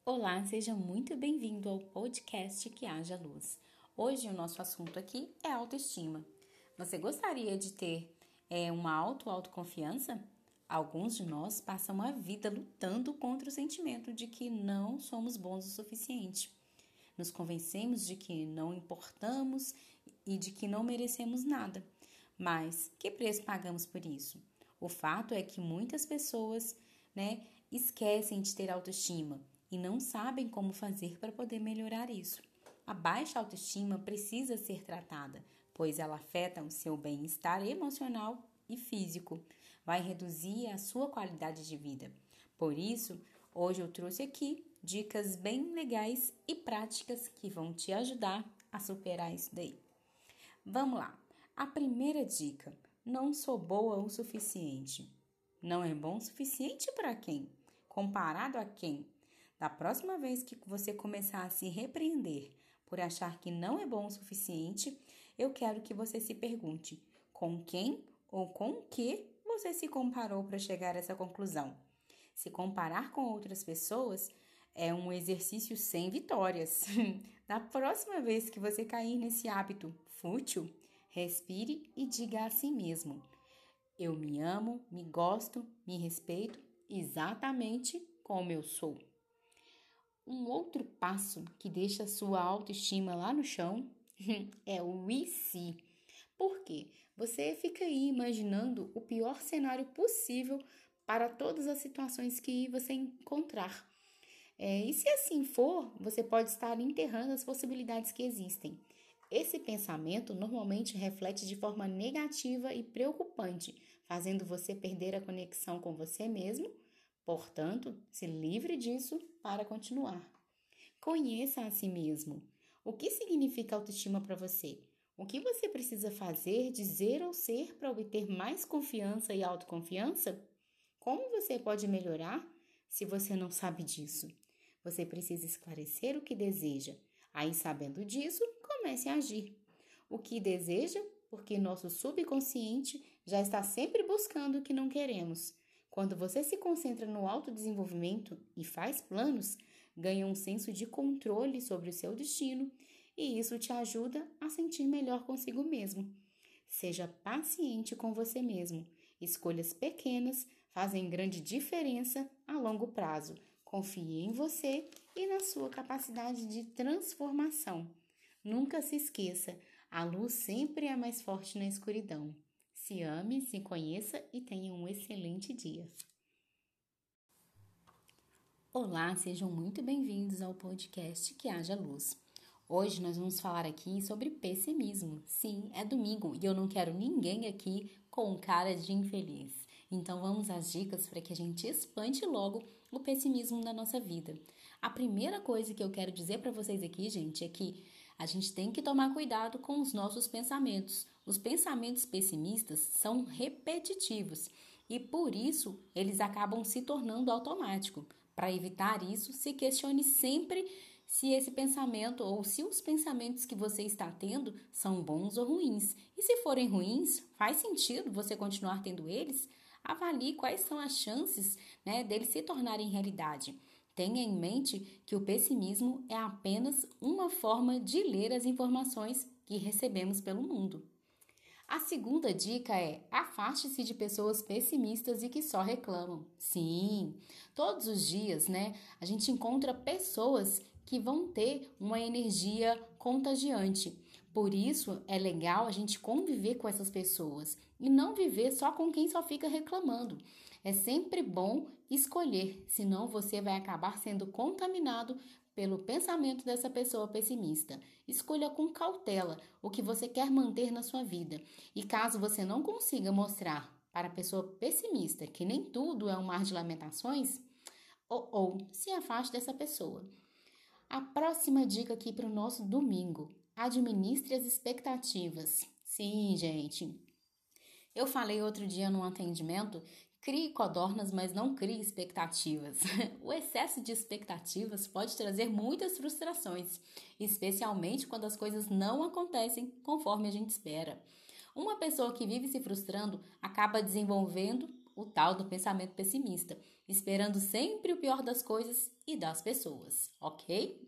Olá, seja muito bem-vindo ao podcast Que Haja Luz. Hoje o nosso assunto aqui é autoestima. Você gostaria de ter uma autoconfiança? Alguns de nós passam a vida lutando contra o sentimento de que não somos bons o suficiente. Nos convencemos de que não importamos e de que não merecemos nada. Mas que preço pagamos por isso? O fato é que muitas pessoas, esquecem de ter autoestima e não sabem como fazer para poder melhorar isso. A baixa autoestima precisa ser tratada, pois ela afeta o seu bem-estar emocional e físico, vai reduzir a sua qualidade de vida. Por isso, hoje eu trouxe aqui dicas bem legais e práticas que vão te ajudar a superar isso daí. Vamos lá. A primeira dica: não sou boa o suficiente. Não é bom o suficiente para quem? Comparado a quem? Da próxima vez que você começar a se repreender por achar que não é bom o suficiente, eu quero que você se pergunte: com quem ou com o que você se comparou para chegar a essa conclusão? Se comparar com outras pessoas é um exercício sem vitórias. Da próxima vez que você cair nesse hábito fútil, respire e diga a si mesmo: eu me amo, me gosto, me respeito exatamente como eu sou. Um outro passo que deixa a sua autoestima lá no chão é o e se. Por quê? Você fica aí imaginando o pior cenário possível para todas as situações que você encontrar. E se assim for, você pode estar enterrando as possibilidades que existem. Esse pensamento normalmente reflete de forma negativa e preocupante, fazendo você perder a conexão com você mesmo. Portanto, se livre disso para continuar. Conheça a si mesmo. O que significa autoestima para você? O que você precisa fazer, dizer ou ser para obter mais confiança e autoconfiança? Como você pode melhorar se você não sabe disso? Você precisa esclarecer o que deseja. Aí, sabendo disso, comece a agir. O que deseja, porque nosso subconsciente já está sempre buscando o que não queremos. Quando você se concentra no autodesenvolvimento e faz planos, ganha um senso de controle sobre o seu destino e isso te ajuda a sentir melhor consigo mesmo. Seja paciente com você mesmo. Escolhas pequenas fazem grande diferença a longo prazo. Confie em você e na sua capacidade de transformação. Nunca se esqueça, a luz sempre é mais forte na escuridão. Se ame, se conheça e tenha um excelente dia. Olá, sejam muito bem-vindos ao podcast Que Haja Luz. Hoje nós vamos falar aqui sobre pessimismo. Sim, é domingo e eu não quero ninguém aqui com cara de infeliz. Então vamos às dicas para que a gente espante logo o pessimismo na nossa vida. A primeira coisa que eu quero dizer para vocês aqui, gente, é que a gente tem que tomar cuidado com os nossos pensamentos. Os pensamentos pessimistas são repetitivos e por isso eles acabam se tornando automáticos. Para evitar isso, se questione sempre se esse pensamento ou se os pensamentos que você está tendo são bons ou ruins. E se forem ruins, faz sentido você continuar tendo eles? Avalie quais são as chances, deles se tornarem realidade. Tenha em mente que o pessimismo é apenas uma forma de ler as informações que recebemos pelo mundo. A segunda dica é: afaste-se de pessoas pessimistas e que só reclamam. Sim, todos os dias, a gente encontra pessoas que vão ter uma energia contagiante. Por isso, é legal a gente conviver com essas pessoas e não viver só com quem só fica reclamando. É sempre bom escolher, senão você vai acabar sendo contaminado pelo pensamento dessa pessoa pessimista. Escolha com cautela o que você quer manter na sua vida. E caso você não consiga mostrar para a pessoa pessimista que nem tudo é um mar de lamentações, ou se afaste dessa pessoa. A próxima dica aqui para o nosso domingo: administre as expectativas. Sim, gente. Eu falei outro dia num atendimento: crie codornas, mas não crie expectativas. O excesso de expectativas pode trazer muitas frustrações, especialmente quando as coisas não acontecem conforme a gente espera. Uma pessoa que vive se frustrando acaba desenvolvendo o tal do pensamento pessimista. esperando sempre o pior das coisas e das pessoas, ok?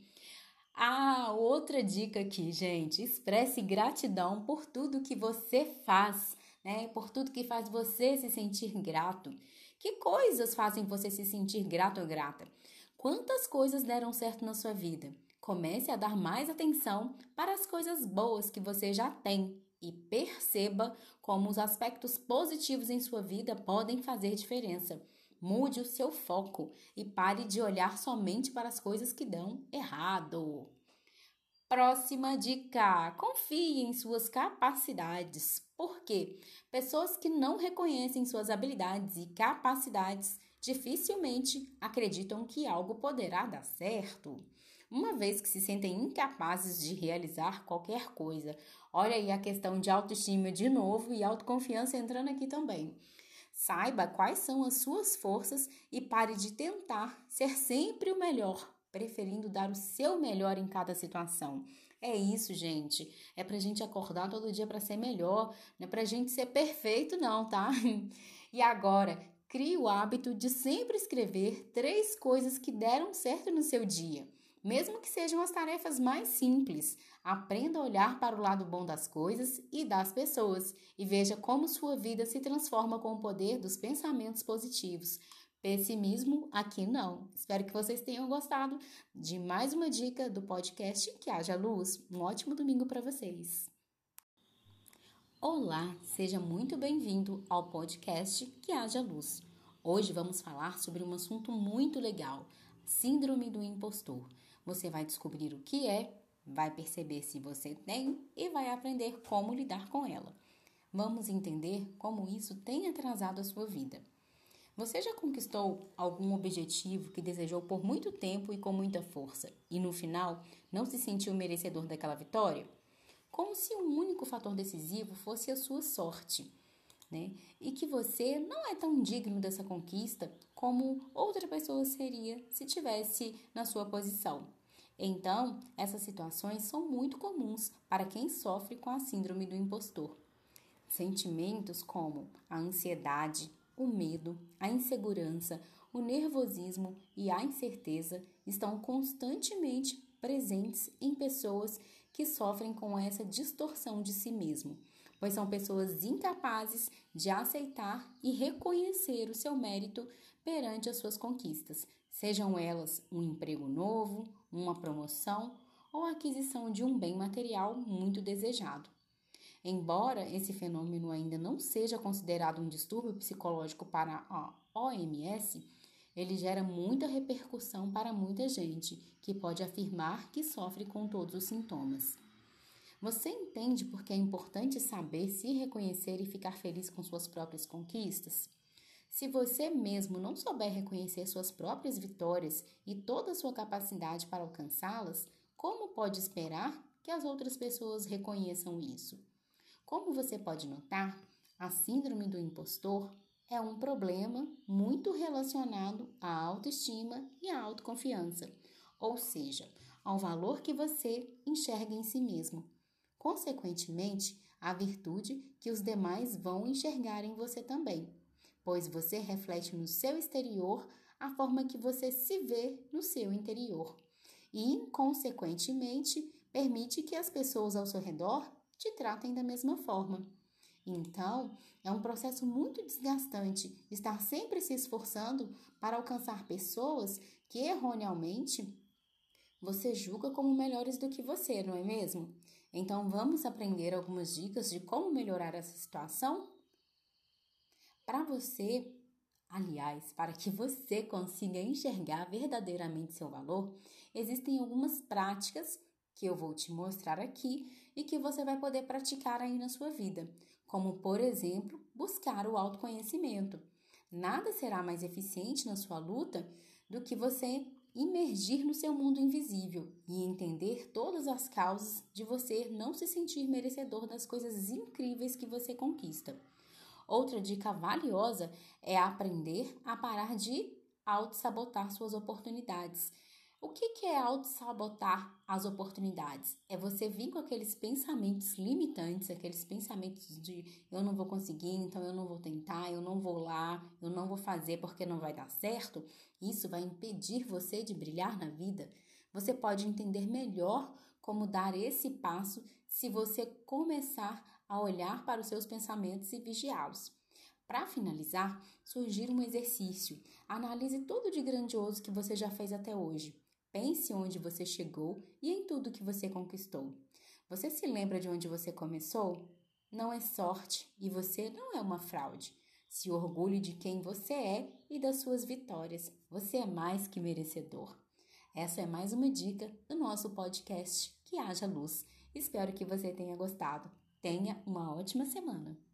Outra dica aqui, gente, expresse gratidão por tudo que você faz, né? Por tudo que faz você se sentir grato. Que coisas fazem você se sentir grato ou grata? Quantas coisas deram certo na sua vida? Comece a dar mais atenção para as coisas boas que você já tem e perceba como os aspectos positivos em sua vida podem fazer diferença. Mude o seu foco e pare de olhar somente para as coisas que dão errado. Próxima dica: confie em suas capacidades. Por quê? Pessoas que não reconhecem suas habilidades e capacidades dificilmente acreditam que algo poderá dar certo, uma vez que se sentem incapazes de realizar qualquer coisa. Olha aí a questão de autoestima de novo e autoconfiança entrando aqui também. Saiba quais são as suas forças e pare de tentar ser sempre o melhor, preferindo dar o seu melhor em cada situação. É isso, gente. É pra gente acordar todo dia para ser melhor, não é pra gente ser perfeito, não, tá? E agora, crie o hábito de sempre escrever 3 coisas que deram certo no seu dia. Mesmo que sejam as tarefas mais simples, aprenda a olhar para o lado bom das coisas e das pessoas e veja como sua vida se transforma com o poder dos pensamentos positivos. Pessimismo aqui não. Espero que vocês tenham gostado de mais uma dica do podcast Que Haja Luz. Um ótimo domingo para vocês. Olá, seja muito bem-vindo ao podcast Que Haja Luz. Hoje vamos falar sobre um assunto muito legal, Síndrome do Impostor. Você vai descobrir o que é, vai perceber se você tem e vai aprender como lidar com ela. Vamos entender como isso tem atrasado a sua vida. Você já conquistou algum objetivo que desejou por muito tempo e com muita força e no final não se sentiu merecedor daquela vitória? Como se um único fator decisivo fosse a sua sorte, né? E que você não é tão digno dessa conquista como outra pessoa seria se tivesse na sua posição. Então, essas situações são muito comuns para quem sofre com a síndrome do impostor. Sentimentos como a ansiedade, o medo, a insegurança, o nervosismo e a incerteza estão constantemente presentes em pessoas que sofrem com essa distorção de si mesmo, pois são pessoas incapazes de aceitar e reconhecer o seu mérito perante as suas conquistas, sejam elas um emprego novo, uma promoção ou a aquisição de um bem material muito desejado. Embora esse fenômeno ainda não seja considerado um distúrbio psicológico para a OMS, ele gera muita repercussão para muita gente, que pode afirmar que sofre com todos os sintomas. Você entende por que é importante saber se reconhecer e ficar feliz com suas próprias conquistas? Se você mesmo não souber reconhecer suas próprias vitórias e toda a sua capacidade para alcançá-las, como pode esperar que as outras pessoas reconheçam isso? Como você pode notar, a síndrome do impostor é um problema muito relacionado à autoestima e à autoconfiança, ou seja, ao valor que você enxerga em si mesmo. Consequentemente, a virtude que os demais vão enxergar em você também, pois você reflete no seu exterior a forma que você se vê no seu interior e, consequentemente, permite que as pessoas ao seu redor te tratem da mesma forma. Então, é um processo muito desgastante estar sempre se esforçando para alcançar pessoas que erroneamente você julga como melhores do que você, não é mesmo? Então, vamos aprender algumas dicas de como melhorar essa situação? Para você, aliás, para que você consiga enxergar verdadeiramente seu valor, existem algumas práticas que eu vou te mostrar aqui e que você vai poder praticar aí na sua vida, como, por exemplo, buscar o autoconhecimento. Nada será mais eficiente na sua luta do que você imergir no seu mundo invisível e entender todas as causas de você não se sentir merecedor das coisas incríveis que você conquista. Outra dica valiosa é aprender a parar de auto-sabotar suas oportunidades. O que é auto-sabotar as oportunidades? É você vir com aqueles pensamentos limitantes, aqueles pensamentos de eu não vou conseguir, então eu não vou tentar, eu não vou lá, eu não vou fazer porque não vai dar certo. Isso vai impedir você de brilhar na vida. Você pode entender melhor como dar esse passo se você começar a olhar para os seus pensamentos e vigiá-los. Para finalizar, surgir um exercício. Analise tudo de grandioso que você já fez até hoje. Pense onde você chegou e em tudo que você conquistou. Você se lembra de onde você começou? Não é sorte e você não é uma fraude. Se orgulhe de quem você é e das suas vitórias. Você é mais que merecedor. Essa é mais uma dica do nosso podcast Que Haja Luz. Espero que você tenha gostado. Tenha uma ótima semana.